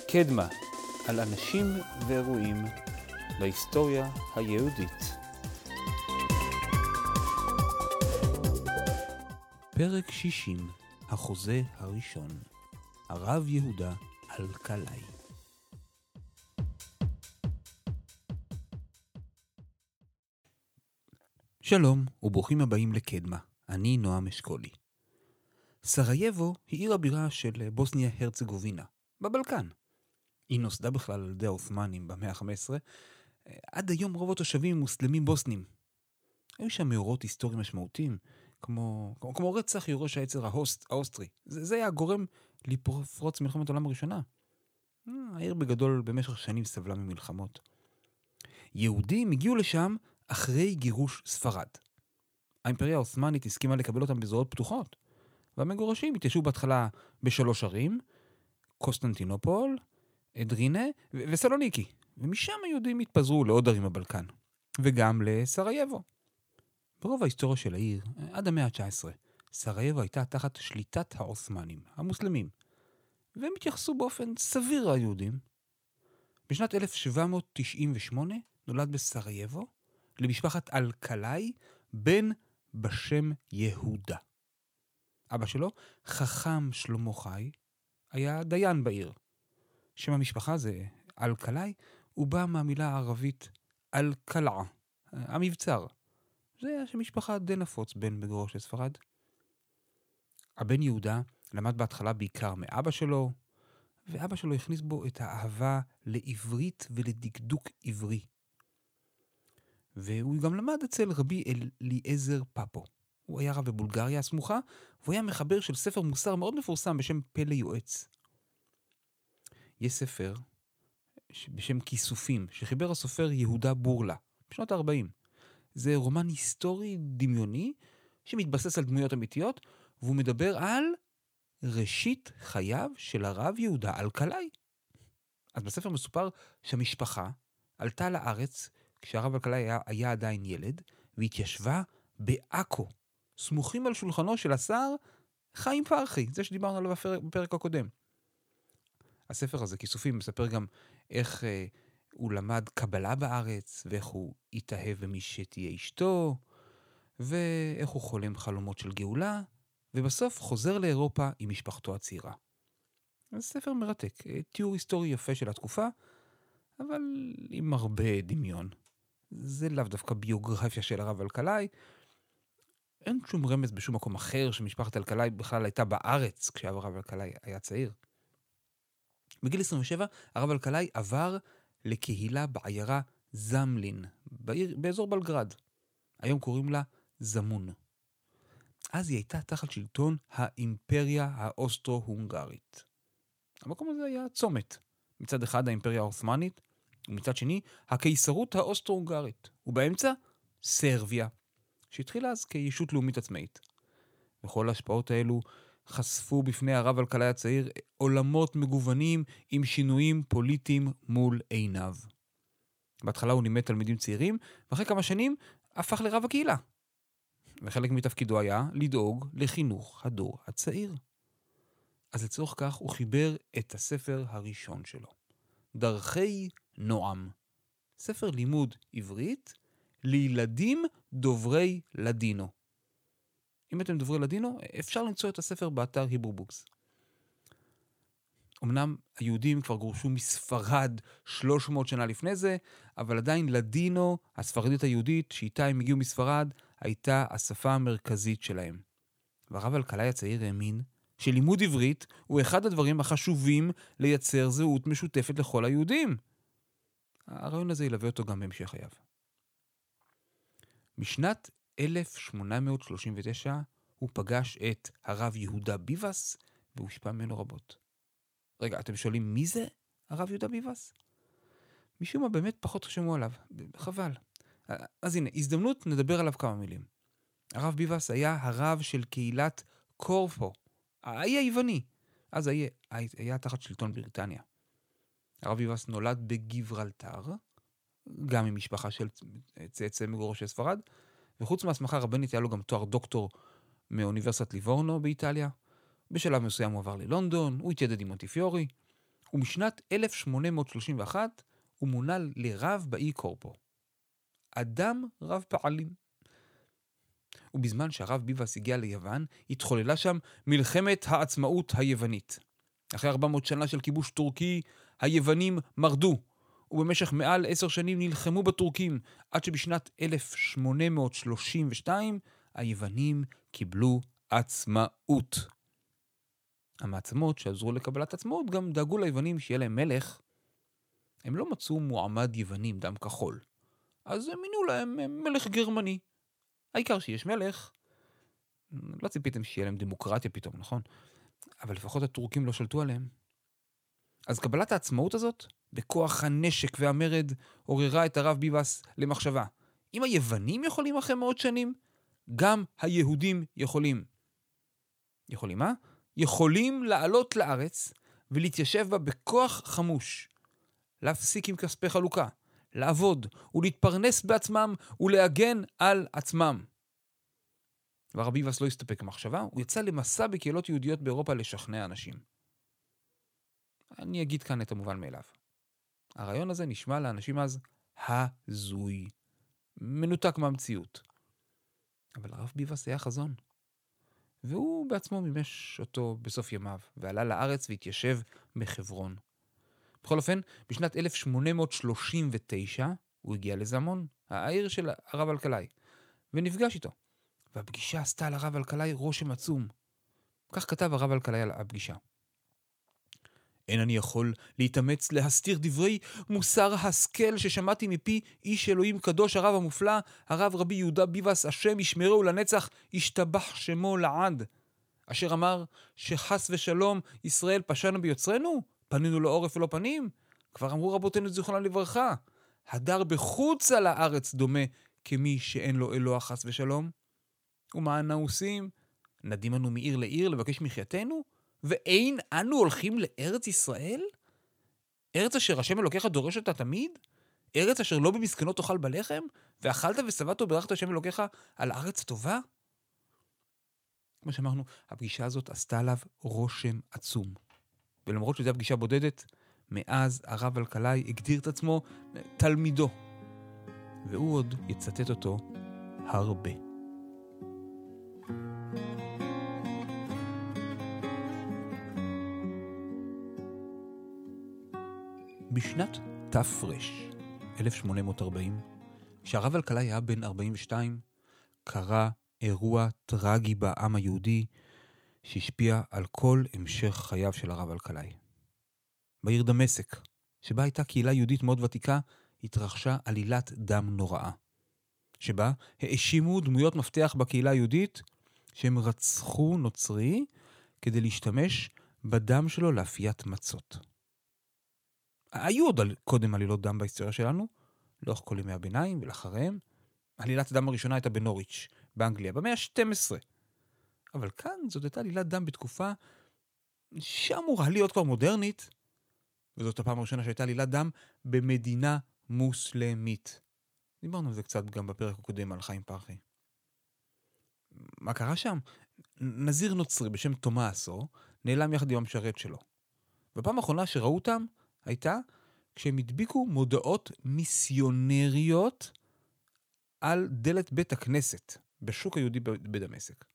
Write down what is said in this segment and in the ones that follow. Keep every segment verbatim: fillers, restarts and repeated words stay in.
קדמה, על אנשים ואירועים בהיסטוריה היהודית. פרק שישים, החוזה הראשון, הרב יהודה אלקלעי. שלום וברוכים הבאים לקדמה, אני נועם אשכולי. סרייבו היא עיר הבירה של בוסניה הרצגובינה, בבלקן. היא נוסדה בכלל על ידי העות'מאנים במאה ה-חמש עשרה. עד היום רוב התושבים מוסלמים בוסנים. היו שם מאורות היסטוריים משמעותיים, כמו, כמו, כמו רצח יורש העצר האוסט, האוסטרי. זה, זה היה הגורם לפרוץ מלחמת העולם הראשונה. העיר בגדול במשך שנים סבלה ממלחמות. יהודים הגיעו לשם אחרי גירוש ספרד. האימפריה העות'מאנית הסכימה לקבל אותם בזרועות פתוחות, והמגורשים התיישבו בהתחלה בשלוש ערים, קוסטנטינופול, אדרינה ו- וסלוניקי, ומשם היהודים התפזרו לעוד ערים בבלקן, וגם לסרייבו. ברוב ההיסטוריה של העיר, עד המאה ה-תשע עשרה, סרייבו הייתה תחת שליטת העות'מאנים, המוסלמים, והם התייחסו באופן סביר ליהודים. בשנת אלף שבע מאות תשעים ושמונה נולד בסרייבו למשפחת אלקלעי בן בשם יהודה. אבא שלו, חכם שלמה חי, היה דיין בעיר. שם המשפחה זה אלקלעי, הוא בא מהמילה הערבית אלקלעה, המבצר. זה היה שמשפחה די נפוץ בין בגורש לספרד. הבן יהודה למד בהתחלה בעיקר מאבא שלו, ואבא שלו הכניס בו את האהבה לעברית ולדקדוק עברי. והוא גם למד אצל רבי אליעזר פאפו. הוא היה רב בבולגריה הסמוכה, והוא היה מחבר של ספר מוסר מאוד מפורסם בשם פלא יועץ. יש ספר בשם כיסופים, שחיבר הסופר יהודה בורלה, בשנות ה-ארבעים. זה רומן היסטורי דמיוני, שמתבסס על דמויות אמיתיות, והוא מדבר על ראשית חייו של הרב יהודה אלקלעי. אז בספר מסופר שהמשפחה עלתה לארץ, כשהרב אלקלעי היה, היה עדיין ילד, והתיישבה בעכו, סמוכים על שולחנו של השר חיים פרחי, זה שדיברנו עליו בפרק הקודם. הספר הזה, כיסופים, מספר גם איך אה, הוא למד קבלה בארץ, ואיך הוא התאהב במי שתהיה אשתו, ואיך הוא חולם חלומות של גאולה, ובסוף חוזר לאירופה עם משפחתו הצעירה. זה ספר מרתק, תיאור היסטורי יפה של התקופה, אבל עם הרבה דמיון. זה לאו דווקא ביוגרפיה של הרב אלקלעי, אין שום רמז בשום מקום אחר שמשפחת אלקלעי בכלל הייתה בארץ כשהרב אלקלעי היה צעיר. בגיל עשרים ושבע הרב אלקלעי עבר לקהילה בעיירה זמלין, בעיר, באזור בלגרד. היום קוראים לה זמון. אז היא הייתה תחת שלטון האימפריה האוסטרו-הונגרית. המקום הזה היה צומת. מצד אחד האימפריה העות'מאנית, ומצד שני הקיסרות האוסטרו-הונגרית. ובאמצע סרביה, שהתחילה אז כישות לאומית עצמאית. וכל ההשפעות האלו חשפו בפני הרב אלקלעי הצעיר עולמות מגוונים עם שינויים פוליטיים מול עיניו. בהתחלה הוא לימד תלמידים צעירים, ואחרי כמה שנים הפך לרב הקהילה. וחלק מתפקידו היה לדאוג לחינוך הדור הצעיר. אז לצורך כך הוא חיבר את הספר הראשון שלו, דרכי נועם. ספר לימוד עברית לילדים דוברי לדינו. אם אתם דוברי לדינו, אפשר למצוא את הספר באתר היברו בוקס. אמנם היהודים כבר גורשו מספרד שלוש מאות שנה לפני זה, אבל עדיין לדינו, הספרדית היהודית, שאיתה הם הגיעו מספרד, הייתה השפה המרכזית שלהם. והרב אלקלעי הצעיר האמין שלימוד עברית הוא אחד הדברים החשובים לייצר זהות משותפת לכל היהודים. הרעיון הזה ילווה אותו גם בהמשך חייו. בשנת אלף שמונה מאות שלושים ותשע הוא פגש את הרב יהודה ביבס והושפע ממנו רבות. רגע, אתם שואלים מי זה הרב יהודה ביבס? משום מה באמת פחות חשמו עליו, חבל. אז הנה, הזדמנות נדבר עליו כמה מילים. הרב ביבס היה הרב של קהילת קורפו, האי היווני. אז היה, היה תחת שלטון בריטניה. הרב ביבס נולד בגיברלטר, גם עם משפחה של צאצאי מגורשי ספרד, וחוץ מהסמכה רבנית היה לו גם תואר דוקטור מאוניברסיטת ליבורנו באיטליה. בשלב מסוים הוא עבר ללונדון, הוא התיידד עם מונטיפיורי, ומשנת אלף שמונה מאות שלושים ואחת הוא מונה לרב באי קורפו. אדם רב פעלים. ובזמן שהרב ביבאס הגיע ליוון, התחוללה שם מלחמת העצמאות היוונית. אחרי ארבע מאות שנה של כיבוש טורקי, היוונים מרדו, ובמשך מעל עשר שנים נלחמו בטורקים, עד שבשנת אלף שמונה מאות שלושים ושתיים היוונים קיבלו עצמאות. המעצמות שעזרו לקבלת עצמאות גם דאגו ליוונים שיהיה להם מלך. הם לא מצאו מועמד יווני עם דם כחול, אז הם מינו להם מלך גרמני. העיקר שיש מלך. לא ציפיתם שיהיה להם דמוקרטיה פתאום, נכון? אבל לפחות הטורקים לא שלטו עליהם. אז קבלת העצמאות הזאת, בכוח הנשק והמרד, עוררה את הרב ביבאס למחשבה. אם היוונים יכולים אחרי מאות שנים, גם היהודים יכולים. יכולים מה? יכולים לעלות לארץ ולהתיישב בה בכוח חמוש. להפסיק עם כספי חלוקה, לעבוד ולהתפרנס בעצמם ולהגן על עצמם. והרב ביבאס לא הסתפק במחשבה, הוא יצא למסע בקהילות יהודיות באירופה לשכנע אנשים. אני אגיד כאן את המובן מאליו. הרעיון הזה נשמע לאנשים אז הזוי, מנותק מהמציאות. אבל הרב ביבאס היה חזון. והוא בעצמו מימש אותו בסוף ימיו, ועלה לארץ והתיישב בחברון. בכל אופן, בשנת אלף שמונה מאות שלושים ותשע הוא הגיע לזמון, העיר של הרב אלקלעי, ונפגש איתו. והפגישה עשתה על הרב אלקלעי רושם עצום. כך כתב הרב אלקלעי על הפגישה. אין אני יכול להתאמץ להסתיר דברי מוסר השכל ששמעתי מפי איש אלוהים קדוש הרב המופלא, הרב רבי יהודה ביבאס, השם ישמרו לנצח, ישתבח שמו לעד, אשר אמר שחס ושלום ישראל פשענו ביוצרנו, פנינו לו עורף ולא פנים. כבר אמרו רבותינו זיכרונם לברכה, הדר בחוץ על הארץ דומה כמי שאין לו אלוה חס ושלום. ומה אנו עושים? נדים אנו מעיר לעיר לבקש מחייתנו? ואין אנו הולכים לארץ ישראל? ארץ אשר השם אלוקיך דורש אותה תמיד? ארץ אשר לא במסכנות תאכל בלחם? ואכלת ושבעת וברכת השם אלוקיך על הארץ הטובה? כמו שאמרנו, הפגישה הזאת עשתה עליו רושם עצום. ולמרות שזו הפגישה בודדת, מאז הרב אלקלעי הגדיר את עצמו תלמידו. והוא עוד יצטט אותו הרבה. בשנת תפרש, אלף שמונה מאות ארבעים, כשהרב אלקלעי היה בן ארבעים ושתיים, קרה אירוע טרגי בעם היהודי שהשפיע על כל המשך חייו של הרב אלקלעי. בעיר דמשק, שבה הייתה קהילה יהודית מאוד ותיקה, התרחשה עלילת דם נוראה, שבה האשימו דמויות מפתח בקהילה היהודית שהם רצחו נוצרי כדי להשתמש בדם שלו לאפיית מצות. היו עוד קודם עלילות דם בהיסטוריה שלנו, לאורך כל ימי הביניים ולאחריהם. עלילת הדם הראשונה הייתה בנוריץ', באנגליה, במאה ה-שתים עשרה. אבל כאן זאת הייתה עלילת דם בתקופה שאמורה להיות כבר מודרנית, וזאת הפעם הראשונה שהייתה עלילת דם במדינה מוסלמית. דיברנו על זה קצת גם בפרק הקודם על חיים פרחי. מה קרה שם? נזיר נוצרי בשם תומאסו נעלם יחד עם המשרת שלו. בפעם האחרונה שראו אותם הייתה כשהם הדביקו מודעות מיסיונריות על דלת בית הכנסת בשוק היהודי בדמשק.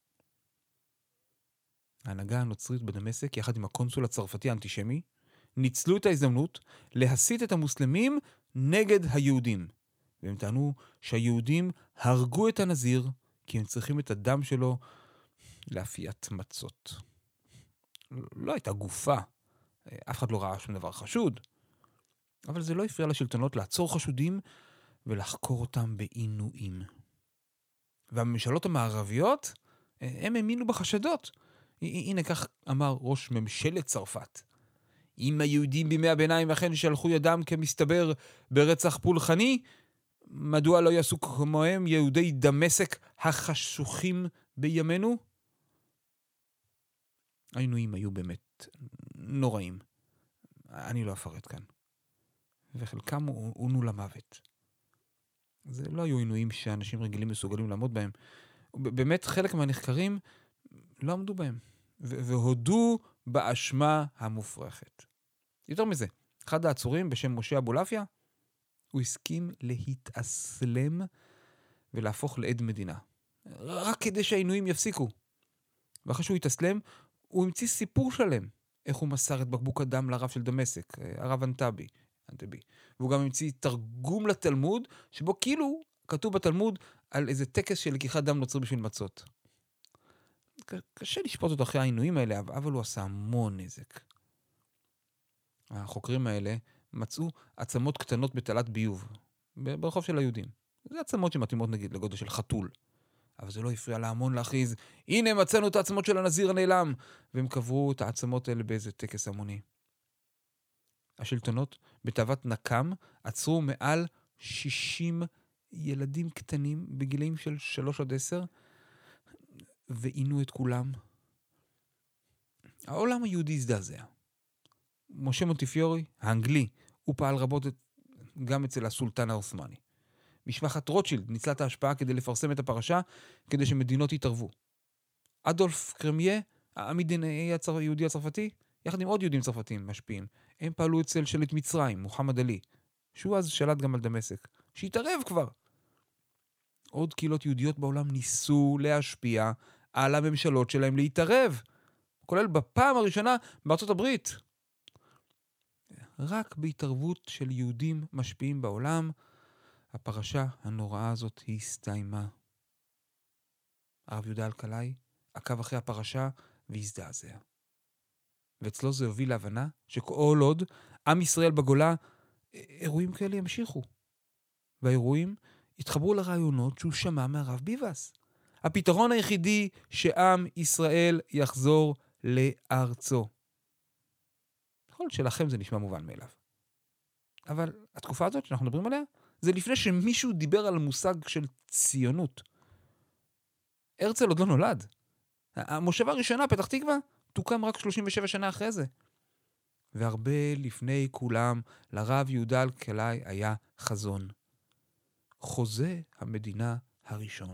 ההנהגה הנוצרית בדמשק יחד עם הקונסול הצרפתי האנטישמי ניצלו את ההזדמנות להסית את המוסלמים נגד היהודים. והם טענו שהיהודים הרגו את הנזיר כי הם צריכים את הדם שלו לאפיית מצות. לא הייתה גופה, אף אחד לא ראה שום דבר חשוד, אבל זה לא הפריע לשלטונות לעצור חשודים ולחקור אותם בעינויים. והממשלות המערביות, הם האמינו בחשדות. הנה כך אמר ראש ממשלת צרפת. אם היהודים בימי הביניים אכן שלחו ידם כמסתבר ברצח פולחני, מדוע לא יעשו כמוהם יהודי דמשק החשוכים בימינו? העינויים היו באמת נוראים. אני לא אפרט כאן. וחלקם עונו למוות. זה לא היו עינויים שאנשים רגילים מסוגלים לעמוד בהם. באמת חלק מהנחקרים לא עמדו בהם. והודו באשמה המופרכת. יותר מזה, אחד העצורים בשם משה אבולעפיה, הוא הסכים להתאסלם ולהפוך לעד מדינה. רק כדי שהעינויים יפסיקו. ואחרי שהוא התאסלם, הוא המציא סיפור שלם, איך הוא מסר את בקבוק הדם לרב של דמשק, הרב אנטבי. אנטבי. והוא גם המציא תרגום לתלמוד, שבו כאילו כתוב בתלמוד על איזה טקס של לקיחת דם נוצרי בשביל מצות. קשה לשפוט אותו אחרי העינויים האלה, אבל הוא עשה המון נזק. החוקרים האלה מצאו עצמות קטנות בתעלת ביוב, ברחוב של היהודים. זה עצמות שמתאימות נגיד לגודל של חתול. אבל זה לא הפריע להמון להכריז, הנה מצאנו את העצמות של הנזיר הנעלם, והם קברו את העצמות האלה באיזה טקס המוני. השלטונות בתאוות נקם עצרו מעל שישים ילדים קטנים בגילאים של שלוש עד עשר, ועינו את כולם. העולם היהודי הזדעזע. משה מונטיפיורי, האנגלי, הוא פעל רבות גם אצל הסולטן העות'מאני. משפחת רוטשילד ניצלה את ההשפעה כדי לפרסם את הפרשה, כדי שמדינות יתערבו. אדולף קרמיה, המדינאי היהודי הצרפתי, יחד עם עוד יהודים צרפתיים משפיעים, הם פעלו אצל שליט מצרים, מוחמד עלי, שהוא אז שלט גם על דמשק, שהתערב כבר. עוד קהילות יהודיות בעולם ניסו להשפיע על הממשלות שלהם להתערב, כולל בפעם הראשונה בארצות הברית. רק בהתערבות של יהודים משפיעים בעולם, הפרשה הנוראה הזאת הסתיימה. הרב יהודה אלקלעי עקב אחרי הפרשה והזדעזע. ואצלו זה הוביל להבנה שכל עוד עם ישראל בגולה, אירועים כאלה ימשיכו. והאירועים התחברו לרעיונות שהוא שמע מהרב ביבאס. הפתרון היחידי שעם ישראל יחזור לארצו. יכול להיות שלכם זה נשמע מובן מאליו. אבל התקופה הזאת שאנחנו מדברים עליה, זה לפני שמישהו דיבר על מושג של ציונות. הרצל עוד לא נולד. המושבה הראשונה, פתח תקווה, תוקם רק שלושים ושבע שנה אחרי זה. והרבה לפני כולם, לרב יהודה אלקלעי היה חזון. חוזה המדינה הראשון.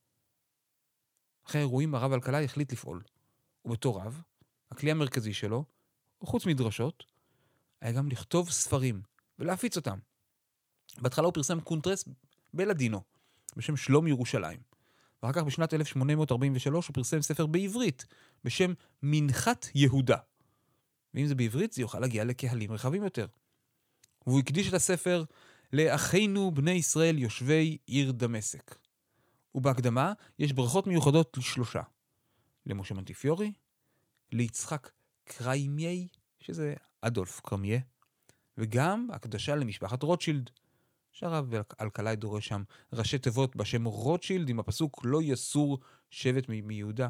אחרי האירועים הרב אלקלעי החליט לפעול. ובתור רב, הכלי המרכזי שלו, חוץ מדרשות, היה גם לכתוב ספרים ולהפיץ אותם. בהתחלה הוא פרסם קונטרס בלדינו, בשם שלום ירושלים. ואחר כך בשנת אלף שמונה מאות ארבעים ושלוש הוא פרסם ספר בעברית, בשם מנחת יהודה. ואם זה בעברית, זה יוכל להגיע לקהלים רחבים יותר. והוא הקדיש את הספר לאחינו בני ישראל יושבי עיר דמשק. ובהקדמה יש ברכות מיוחדות לשלושה. למשה מונטיפיורי, ליצחק קריימיה, שזה אדולף קרמיה, וגם הקדשה למשפחת רוטשילד, שהרב אלקלעי דורש שם ראשי תיבות בשם רוטשילד, עם הפסוק לא יסור שבט מ- מיהודה.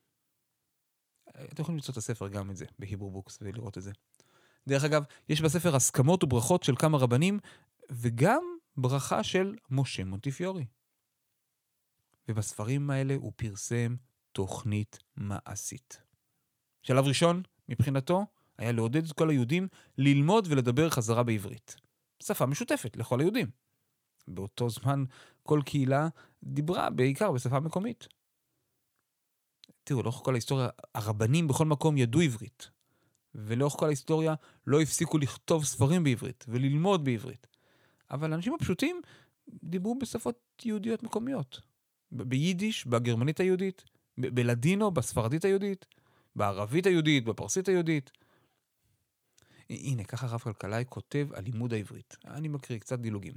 אתם יכולים למצוא את הספר גם את זה, בהיברו בוקס, ולראות את זה. דרך אגב, יש בספר הסכמות וברכות של כמה רבנים, וגם ברכה של משה מונטיפיורי. ובספרים האלה הוא פרסם תוכנית מעשית. שלב ראשון, מבחינתו, היה לעודד את כל היהודים ללמוד ולדבר חזרה בעברית. שפה משותפת לכל היהודים. באותו זמן כל קהילה דיברה בעיקר בשפה מקומית. תראו, לאורך כל ההיסטוריה, הרבנים בכל מקום ידעו עברית. ולאורך כל ההיסטוריה לא הפסיקו לכתוב ספרים בעברית וללמוד בעברית. אבל האנשים הפשוטים דיברו בשפות יהודיות מקומיות. ב- ביידיש, בגרמנית היהודית, ב- בלדינו, בספרדית היהודית, בערבית היהודית, בפרסית היהודית. הנה, ככה הרב אלקלעי כותב על לימוד העברית. אני מקריא קצת דילוגים.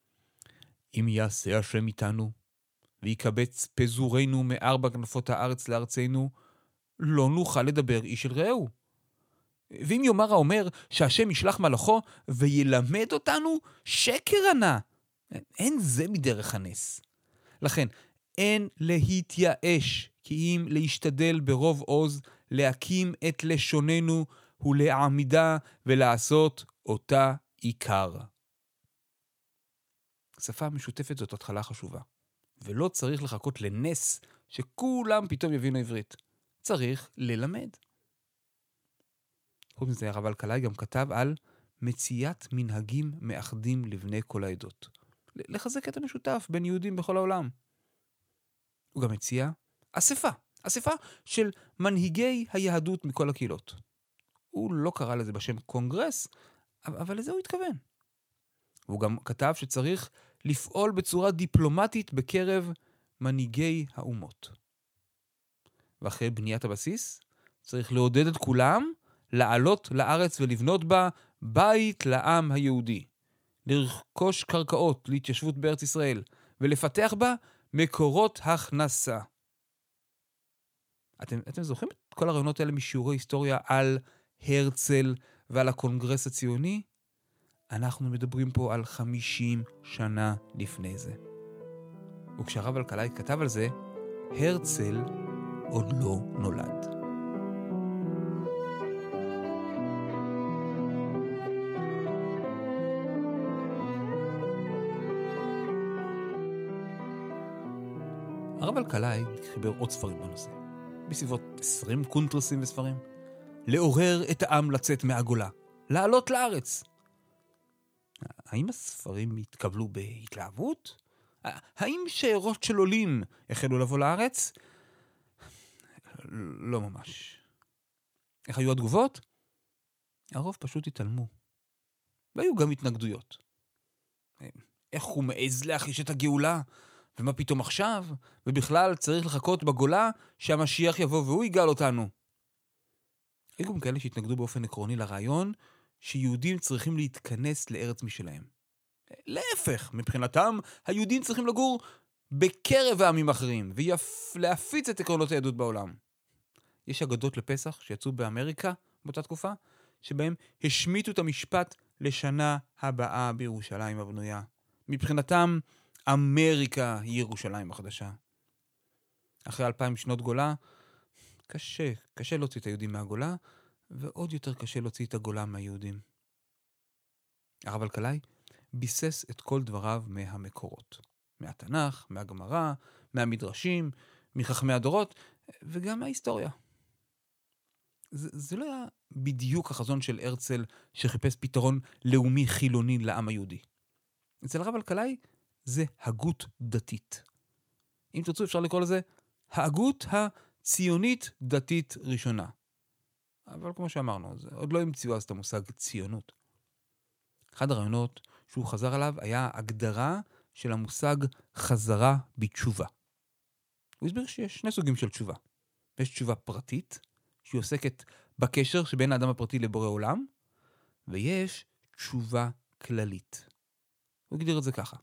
אם יעשה השם איתנו, ויקבץ פזורנו מארבע כנפות הארץ לארצנו, לא נוכל לדבר איש אל רעהו. ואם יאמר האומר שהשם ישלח מלאכו וילמד אותנו, שקר ענה. אין זה מדרך הנס. לכן, אין להתייאש, כי אם להשתדל ברוב עוז, להקים את לשוננו ולעמידה ולעשות אותה עיקר. שפה משותפת זאת התחלה חשובה. ולא צריך לחכות לנס שכולם פתאום יבינו עברית. צריך ללמד. חוץ מזה, הרב אלקלעי גם כתב על מציאת מנהגים מאחדים לבני כל העדות. לחזק את המשותף בין יהודים בכל העולם. הוא גם מציע אספה, אספה של מנהיגי היהדות מכל הקהילות. הוא לא קרא לזה בשם קונגרס, אבל לזה הוא התכוון. הוא גם כתב שצריך לפעול בצורה דיפלומטית בקרב מנהיגי האומות. ואחרי בניית הבסיס, צריך לעודד את כולם לעלות לארץ ולבנות בה בית לעם היהודי, לרכוש קרקעות להתיישבות בארץ ישראל, ולפתח בה מקורות הכנסה. אתם, אתם זוכרים את כל הרעיונות האלה משיעורי היסטוריה על הרצל ועל הקונגרס הציוני? אנחנו מדברים פה על חמישים שנה לפני זה. וכשהרב אלקלעי כתב על זה, הרצל עוד לא נולד. הרב אלקלעי חיבר עוד ספרים בנושא, בסביבות עשרים קונטרסים וספרים. לעורר את העם לצאת מהגולה, לעלות לארץ. האם הספרים התקבלו בהתלהבות? האם שיירות של עולים החלו לבוא לארץ? לא ממש. איך היו התגובות? הרוב פשוט התעלמו. והיו גם התנגדויות. איך הוא מעז להחיש את הגאולה? ומה פתאום עכשיו? ובכלל צריך לחכות בגולה שהמשיח יבוא והוא יגאל אותנו. היו גם כאלה שהתנגדו באופן עקרוני לרעיון שיהודים צריכים להתכנס לארץ משלהם. להפך, מבחינתם, היהודים צריכים לגור בקרב העמים אחרים, ולהפיץ את עקרונות היהדות בעולם. יש אגדות לפסח שיצאו באמריקה באותה תקופה, שבהם השמיטו את המשפט לשנה הבאה בירושלים הבנויה. מבחינתם, אמריקה היא ירושלים החדשה. אחרי אלפיים שנות גולה, קשה, קשה להוציא את היהודים מהגולה, ועוד יותר קשה להוציא את הגולה מהיהודים. הרב אלקלעי ביסס את כל דבריו מהמקורות. מהתנ"ך, מהגמרא, מהמדרשים, מחכמי הדורות, וגם מההיסטוריה. זה, זה לא היה בדיוק החזון של הרצל שחיפש פתרון לאומי חילוני לעם היהודי. אצל הרב אלקלעי זה הגות דתית. אם תרצו אפשר לקרוא לזה ההגות הציונית דתית ראשונה. אבל כמו שאמרנו, זה עוד לא המציאו אז את המושג ציונות. אחד הרעיונות שהוא חזר עליו היה הגדרה של המושג חזרה בתשובה. הוא הסביר שיש שני סוגים של תשובה. יש תשובה פרטית, שהיא עוסקת בקשר שבין האדם הפרטי לבורא עולם, ויש תשובה כללית. הוא הגדיר את זה ככה.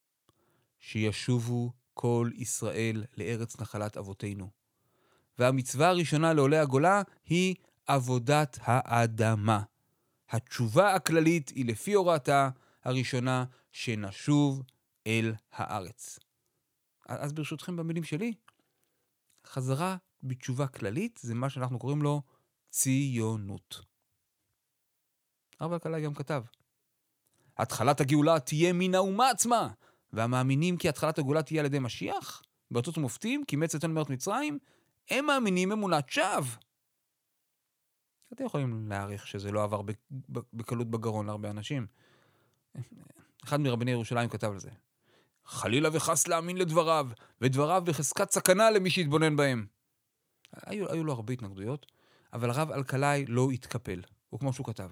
שישובו כל ישראל לארץ נחלת אבותינו. והמצווה הראשונה לעולי הגולה היא עבודת האדמה. התשובה הכללית היא לפי הוראתה הראשונה שנשוב אל הארץ. אז ברשותכם במילים שלי, חזרה בתשובה כללית זה מה שאנחנו קוראים לו ציונות. הרב אלקלעי גם כתב, התחלת הגאולה תהיה מן האומה עצמה, והמאמינים כי התחלת הגאולה תהיה על ידי משיח, באותות ומופתים, כי מצא אותנו מארץ מצרים, הם מאמינים אמונת שווא. אתם יכולים להעריך שזה לא עבר בקלות בגרון להרבה אנשים. אחד מרבני ירושלים כתב על זה. חלילה וחס להאמין לדבריו, ודבריו בחזקת סכנה למי שיתבונן בהם. היו, היו לו הרבה התנגדויות, אבל הרב אלקלעי לא התקפל, או כמו שהוא כתב.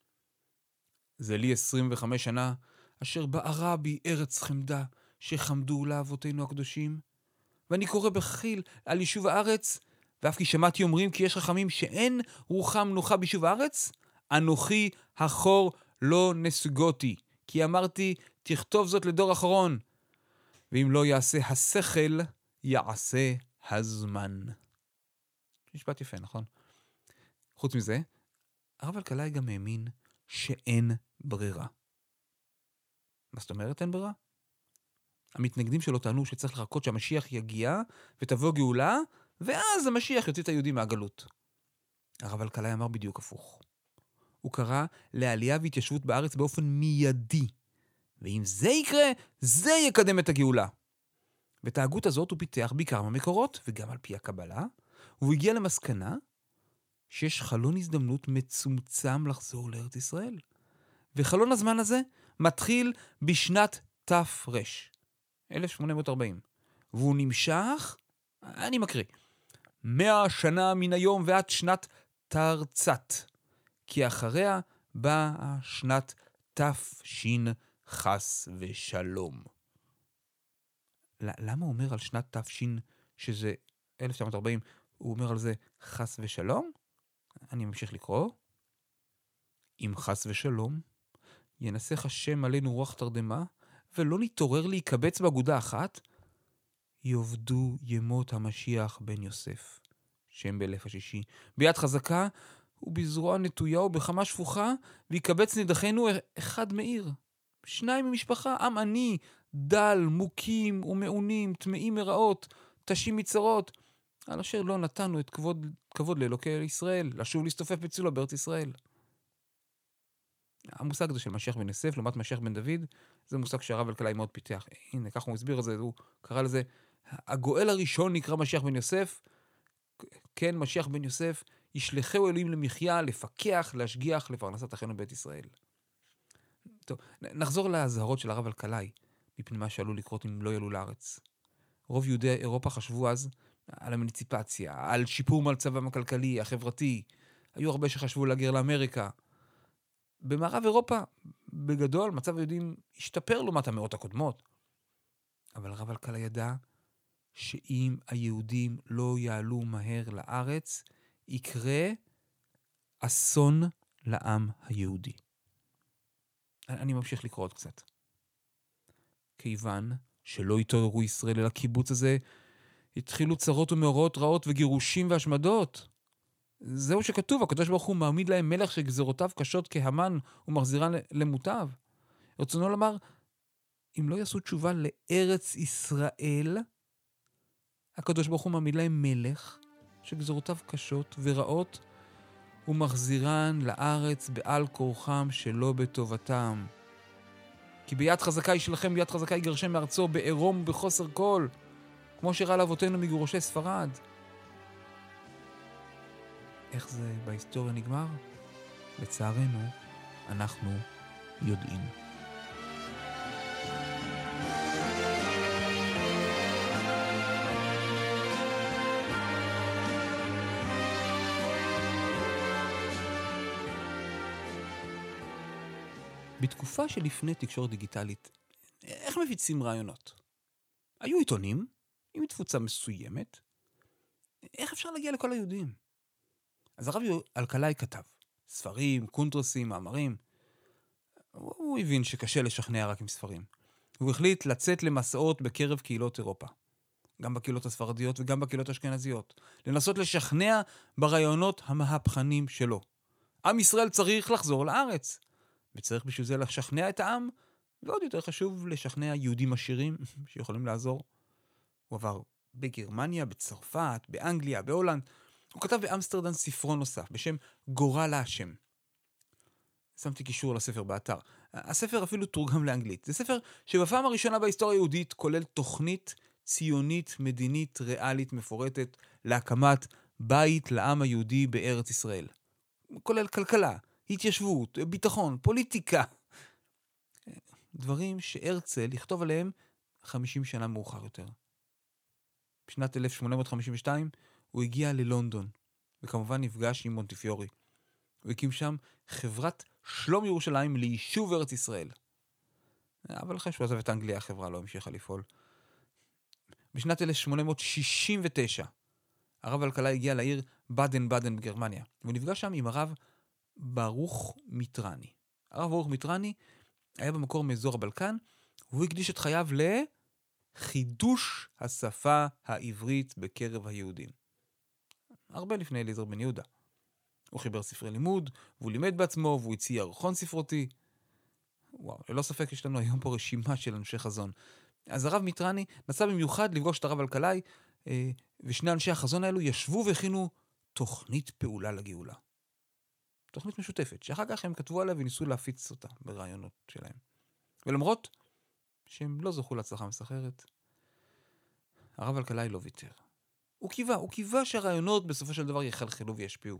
זה לי עשרים וחמש שנה, אשר בערה בי ארץ חמדה, שחמדו לאבותינו הקדושים, ואני קורא בחיל על יישוב הארץ, ואף כי שמעתי אומרים כי יש רחמים שאין רוחם נוחה ביישוב הארץ, אנוכי החור לא נסוגותי, כי אמרתי תכתוב זאת לדור אחרון, ואם לא יעשה השכל, יעשה הזמן. משפט יפה, נכון? חוץ מזה, הרב אלקלעי גם האמין שאין ברירה. מה זאת אומרת אין ברירה? המתנגדים שלו טענו שצריך לחכות שהמשיח יגיע ותבוא גאולה, ואז המשיח יוציא את היהודים מהגלות. הרב אלקלעי אמר בדיוק הפוך. הוא קרא לעלייה והתיישבות בארץ באופן מיידי. ואם זה יקרה, זה יקדם את הגאולה. ואת ההגות הזאת הוא פיתח בעיקר מהמקורות, וגם על פי הקבלה, והוא הגיע למסקנה שיש חלון הזדמנות מצומצם לחזור לארץ ישראל. וחלון הזמן הזה מתחיל בשנת תר"ש, אלף שמונה מאות ארבעים. והוא נמשך, אני מקריא, מאה שנה מן היום ועד שנת תרצ"ת. כי אחריה באה שנת תש"ין חס ושלום. למה הוא אומר על שנת תש"ין, שזה אלף תשע מאות ארבעים, הוא אומר על זה חס ושלום? אני ממשיך לקרוא. אם חס ושלום, ינסח השם עלינו רוח תרדמה, ולא נתעורר להיקבץ באגודה אחת, יעבדו ימות המשיח בן יוסף, שם באלף השישי, ביד חזקה ובזרוע נטויה ובחמה שפוכה, ויקבץ נידחנו אחד מאיר, שניים ממשפחה, עם עני, דל, מוכים ומעונים, טמאים מרעות, תשים מצרות, על אשר לא נתנו את כבוד, כבוד לאלוקי ישראל, לשוב להסתופף בצילו בארץ ישראל. המושג הזה של משיח בן יוסף, לעומת משיח בן דוד, זה מושג שהרב אלקלעי מאוד פיתח. הנה, ככה הוא הסביר את זה, הוא קרא לזה, הגואל הראשון נקרא משיח בן יוסף, כן, משיח בן יוסף, ישלחהו אלוהים למחיה, לפקח, להשגיח, לפרנסת אחינו בית ישראל. טוב, נחזור להזהרות של הרב אלקלעי, מפני מה שעלול לקרות אם לא יעלו לארץ. רוב יהודי אירופה חשבו אז על המוניציפציה, על שיפור מצבם הכלכלי, החברתי. היו הרבה שחשבו להגר לאמריקה. במערב אירופה, בגדול, מצב היהודים השתפר לעומת המאות הקודמות. אבל הרב אלקלעי ידע שאם היהודים לא יעלו מהר לארץ, יקרה אסון לעם היהודי. אני ממשיך לקרוא עוד קצת. כיוון שלא התעוררו ישראל אל הקיבוץ הזה, התחילו צרות ומאורעות רעות וגירושים והשמדות. זהו שכתוב, הקדוש ברוך הוא מעמיד להם מלך שגזרותיו קשות כהמן ומחזירן למוטב. רצונו לומר, אם לא יעשו תשובה לארץ ישראל, הקדוש ברוך הוא מעמיד להם מלך שגזרותיו קשות ורעות ומחזירן לארץ בעל כורחם שלא בטובתם. כי ביד חזקה ישלחם, ביד חזקה יגרשם מארצו, בעירום ובחוסר כל, כמו שראה לאבותינו מגורשי ספרד. איך זה בהיסטוריה נגמר? לצערנו, אנחנו יודעים. בתקופה שלפני תקשורת דיגיטלית, איך מפיצים רעיונות? היו עיתונים, עם תפוצה מסוימת. איך אפשר להגיע לכל היהודים? אז הרב אלקלעי כתב, ספרים, קונטרסים, מאמרים. הוא הבין שקשה לשכנע רק עם ספרים. הוא החליט לצאת למסעות בקרב קהילות אירופה. גם בקהילות הספרדיות וגם בקהילות האשכנזיות. לנסות לשכנע ברעיונות המהפכנים שלו. עם ישראל צריך לחזור לארץ. וצריך בשביל זה לשכנע את העם, ועוד יותר חשוב לשכנע יהודים עשירים שיכולים לעזור. הוא עבר בגרמניה, בצרפת, באנגליה, בהולנד. הוא כתב באמסטרדם ספרון נוסף, בשם גורל השם. שמתי קישור לספר באתר. הספר אפילו תורגם לאנגלית. זה ספר שבפעם הראשונה בהיסטוריה היהודית כולל תוכנית ציונית, מדינית, ריאלית, מפורטת, להקמת בית לעם היהודי בארץ ישראל. כולל כלכלה, התיישבות, ביטחון, פוליטיקה. דברים שהרצל לכתוב עליהם חמישים שנה מאוחר יותר. בשנת אלף שמונה מאות חמישים ושתיים הוא הגיע ללונדון, וכמובן נפגש עם מונטיפיורי. הוא הקים שם חברת שלום ירושלים ליישוב ארץ ישראל. אבל אחרי שהוא עזב את אנגליה, החברה לא המשיכה לפעול. בשנת אלף שמונה מאות שישים ותשע, הרב אלקלעי הגיע לעיר בדן בדן בגרמניה, והוא נפגש שם עם הרב ברוך מיטרני. הרב ברוך מיטרני היה במקור מאזור הבלקן, והוא הקדיש את חייו לחידוש השפה העברית בקרב היהודים. הרבה לפני אליעזר בן יהודה. הוא חיבר ספרי לימוד, והוא לימד בעצמו, והוא הציע ירחון ספרותי. וואו, ללא ספק יש לנו היום פה רשימה של אנשי חזון. אז הרב מיטרני נסע במיוחד לפגוש את הרב אלקלעי, ושני אנשי החזון האלו ישבו והכינו תוכנית פעולה לגאולה. תוכנית משותפת, שאחר כך הם כתבו עליה וניסו להפיץ אותה ברעיונות שלהם. ולמרות שהם לא זוכו להצלחה מסחררת, הרב אלקלעי לא ויתר. הוא קיווה, הוא קיווה שהרעיונות בסופו של דבר יחלחלו וישפיעו.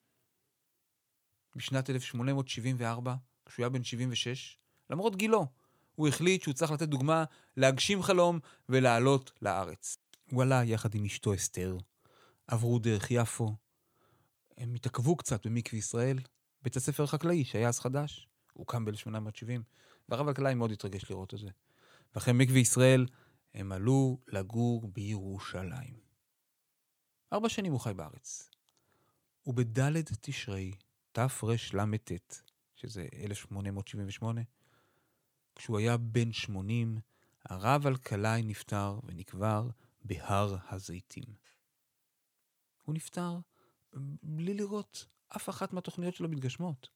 בשנת אלף שמונה מאות שבעים וארבע, כשהוא היה בן שבעים ושש, למרות גילו, הוא החליט שהוא צריך לתת דוגמה להגשים חלום ולעלות לארץ. הוא עלה יחד עם אשתו אסתר, עברו דרך יפו, הם התעכבו קצת במקווה ישראל, בית הספר החקלאי, שהיה אז חדש, הוא קם ב-אלף שמונה מאות שבעים, והרב אלקלעי מאוד התרגש לראות את זה. ואחרי מקווה ישראל, הם עלו לגור בירושלים. ארבע שנים הוא חי בארץ. ובדלת תשרי, תרל"ט, שזה אלף שמונה מאות שבעים ושמונה, כשהוא היה בן שמונים, הרב אלקלעי נפטר ונקבר בהר הזיתים. הוא נפטר בלי לראות אף אחת מהתוכניות שלו מתגשמות.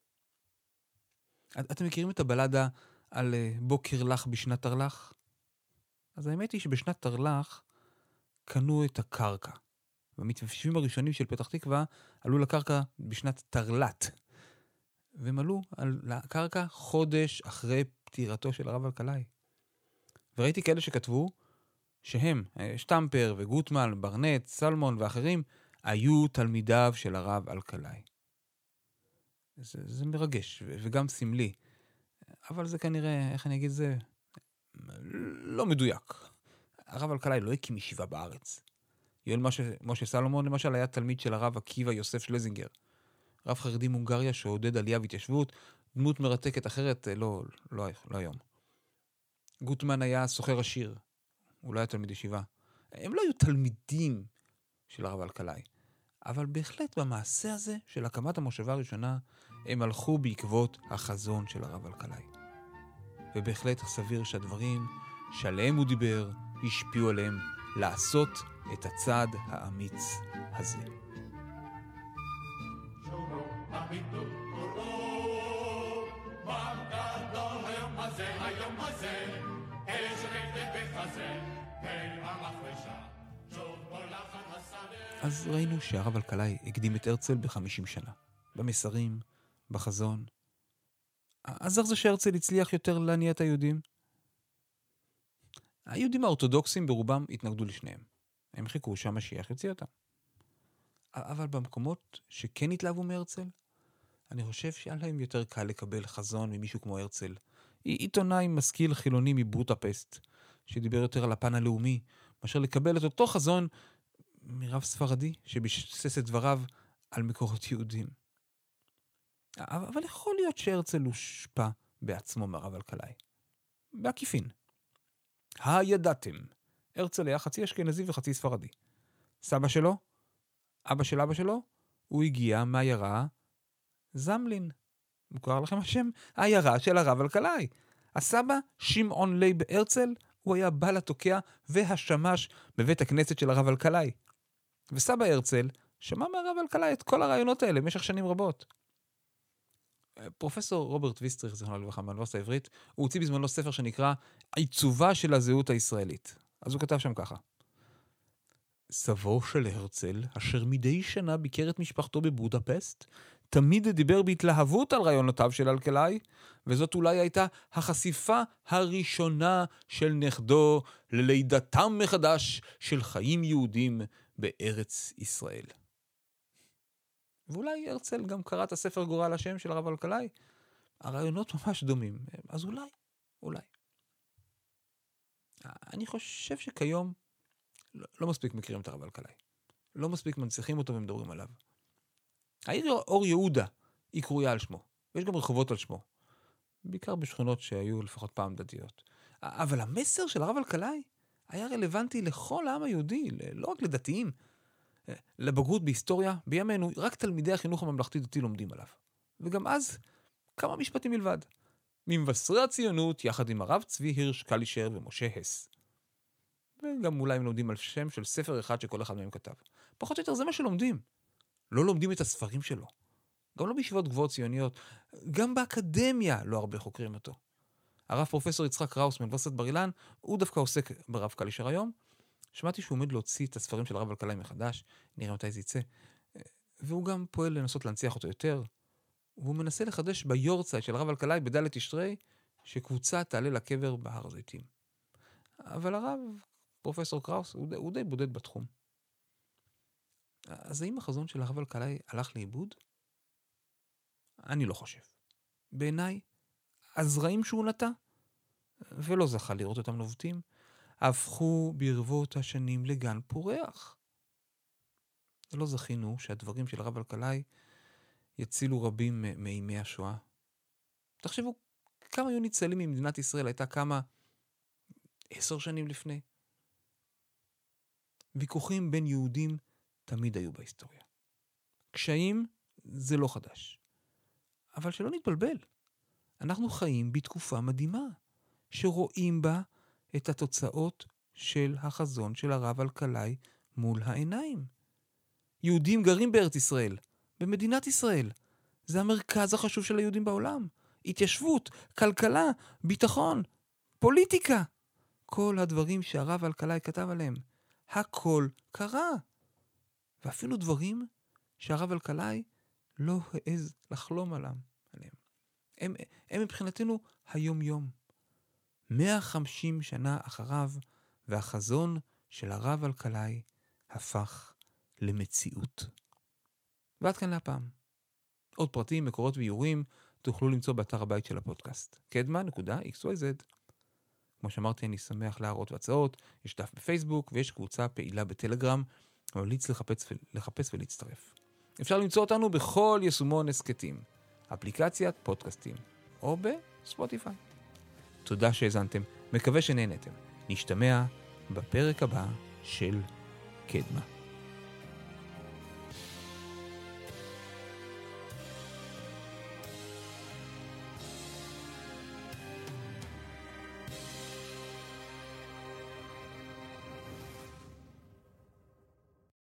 את, אתם מכירים את הבלדה על uh, בוקר לך בשנת תרל"ח? אז האמת היא שבשנת תרל"ח קנו את הקרקע. והמתיישבים הראשונים של פתח תקווה עלו לקרקע בשנת תרל"ט. והם עלו על הקרקע חודש אחרי פטירתו של הרב אלקלעי. וראיתי כאלה שכתבו שהם, שטמפר וגוטמן, ברנט, סלמון ואחרים, היו תלמידיו של הרב אלקלעי. זה, זה מרגש וגם סמלי. אבל זה כנראה, איך אני אגיד זה, לא מדויק. הרב אלקלעי לא הקים ישיבה בארץ. יואל משה, משה סלומון למשל היה תלמיד של הרב עקיבא יוסף שלזינגר. רב חרדי מונגריה שעודד עלייה והתיישבות, דמות מרתקת אחרת, לא, לא, לא היום. גוטמן היה סוחר עשיר, הוא לא היה תלמיד ישיבה. הם לא היו תלמידים של הרב אלקלעי, אבל בהחלט במעשה הזה של הקמת המושבה הראשונה, הם הלכו בעקבות החזון של הרב אלקלעי. ובהחלט סביר שהדברים שעליהם הוא דיבר, השפיעו עליהם לעשות את הצעד האמיץ הזה. אז ראינו שהרב אלקלעי הקדים את הרצל ב-חמישים שנה. במסרים, בחזון. אז איך זה שהרצל הצליח יותר להניע את היהודים? היהודים האורתודוקסים ברובם התנגדו לשניהם. הם חיכו שהמשיח יוציא אותם. אבל במקומות שכן התלהבו מהרצל, אני חושב שהיה להם יותר קל לקבל חזון ממישהו כמו הרצל. עיתונאי משכיל חילוני מבוטפסט, שדיבר יותר על הפן הלאומי, מאשר לקבל את אותו חזון מרב ספרדי, שביסס את דבריו על מקורות יהודים. אבל יכול להיות שהרצל הושפע בעצמו מהרב אלקלעי. בעקיפין. הידעתם, הרצל היה חצי אשכנזי וחצי ספרדי. סבא שלו, אבא של אבא שלו, הוא הגיע מהעיירה זמלין. מוכר לכם השם? העיירה של הרב אלקלעי. הסבא, שמעון לייב הרצל, הוא היה בעל התוקע והשמש בבית הכנסת של הרב אלקלעי. וסבא הרצל שמע מהרב אלקלעי את כל הרעיונות האלה במשך שנים רבות. פרופסור רוברט ויסטריך, זכרונו לברכה, מהאוניברסיטה העברית, הוא הוציא בזמנו ספר שנקרא עיצובה של הזהות הישראלית. אז הוא כתב שם ככה: סבו של הרצל, אשר מדי שנה ביקר את משפחתו בבודפסט, תמיד דיבר בהתלהבות על רעיונותיו של אלקלעי, וזאת אולי הייתה החשיפה הראשונה של נכדו ללידתם מחדש של חיים יהודים בארץ ישראל. ואולי הרצל גם קרא את הספר גורל השם של הרב אלקלעי. הרעיונות ממש דומים. אז אולי, אולי. אני חושב שכיום לא, לא מספיק מכירים את הרב אלקלעי. לא מספיק מנציחים אותו ומדברים עליו. העיר אור יהודה היא קרויה על שמו. ויש גם רחובות על שמו. בעיקר בשכונות שהיו לפחות פעם דתיות. אבל המסר של הרב אלקלעי היה רלוונטי לכל העם היהודי, לא רק לדתיים. לבגרות בהיסטוריה, בימינו, רק תלמידי החינוך הממלכתי דתי לומדים עליו. וגם אז, כמה משפטים מלבד. ממבשרי הציונות, יחד עם הרב צבי הירש קלישר ומשה הס. וגם אולי הם לומדים על שם של ספר אחד שכל אחד מהם כתב. פחות או יותר זה מה שלומדים. לא לומדים את הספרים שלו. גם לא בישיבות גבוהות ציוניות. גם באקדמיה לא הרבה חוקרים אותו. הרב פרופסור יצחק ראוס מאוניברסיטת בר אילן, הוא דווקא עוסק ברב קלישר היום. שמעתי שהוא עומד להוציא את הספרים של הרב אלקלעי מחדש, נראה מתי זה יצא. והוא גם פועל לנסות להנציח אותו יותר. והוא מנסה לחדש ביורצייט של הרב אלקלעי בדלת תשרי, שקבוצה תעלה לקבר בהר הזיתים. אבל הרב, פרופסור קראוס, הוא די, הוא די בודד בתחום. אז האם החזון של הרב אלקלעי הלך לאיבוד? אני לא חושב. בעיניי, הזרעים שהוא נטע, ולא זכה לראות אותם נובטים, הפכו ברבות השנים לגן פורח. לא זכינו שהדברים של הרב אלקלעי יצילו רבים מימי השואה. תחשבו, כמה היו ניצלים ממדינת ישראל הייתה כמה עשר שנים לפני. ויכוחים בין יהודים תמיד היו בהיסטוריה. קשיים זה לא חדש. אבל שלא נתבלבל. אנחנו חיים בתקופה מדהימה, שרואים בה את התוצאות של החזון של הרב אלקלעי מול העיניים. יהודים גרים בארץ ישראל, במדינת ישראל. זה המרכז החשוב של היהודים בעולם. התיישבות, כלכלה, ביטחון, פוליטיקה. כל הדברים שהרב אלקלעי כתב עליהם. הכל קרה. ואפילו דברים שהרב אלקלעי לא העז לחלום עליהם. הם, הם מבחינתנו היום-יום. מאה וחמישים שנה אחריו, והחזון של הרב אלקלעי הפך למציאות. ועד כאן להפעם. עוד פרטים, מקורות ואיורים תוכלו למצוא באתר הבית של הפודקאסט. קדמה נקודה אקס וואי זד. כמו שאמרתי, אני שמח להראות והצעות, יש דף בפייסבוק ויש קבוצה פעילה בטלגרם, ממליץ לחפש, לחפש ולהצטרף. אפשר למצוא אותנו בכל יישומון הסקטים, אפליקציית פודקאסטים, או בספוטיפיי. תודה שהזנתם, מקווה שנהנתם. נשתמע בפרק הבא של קדמה.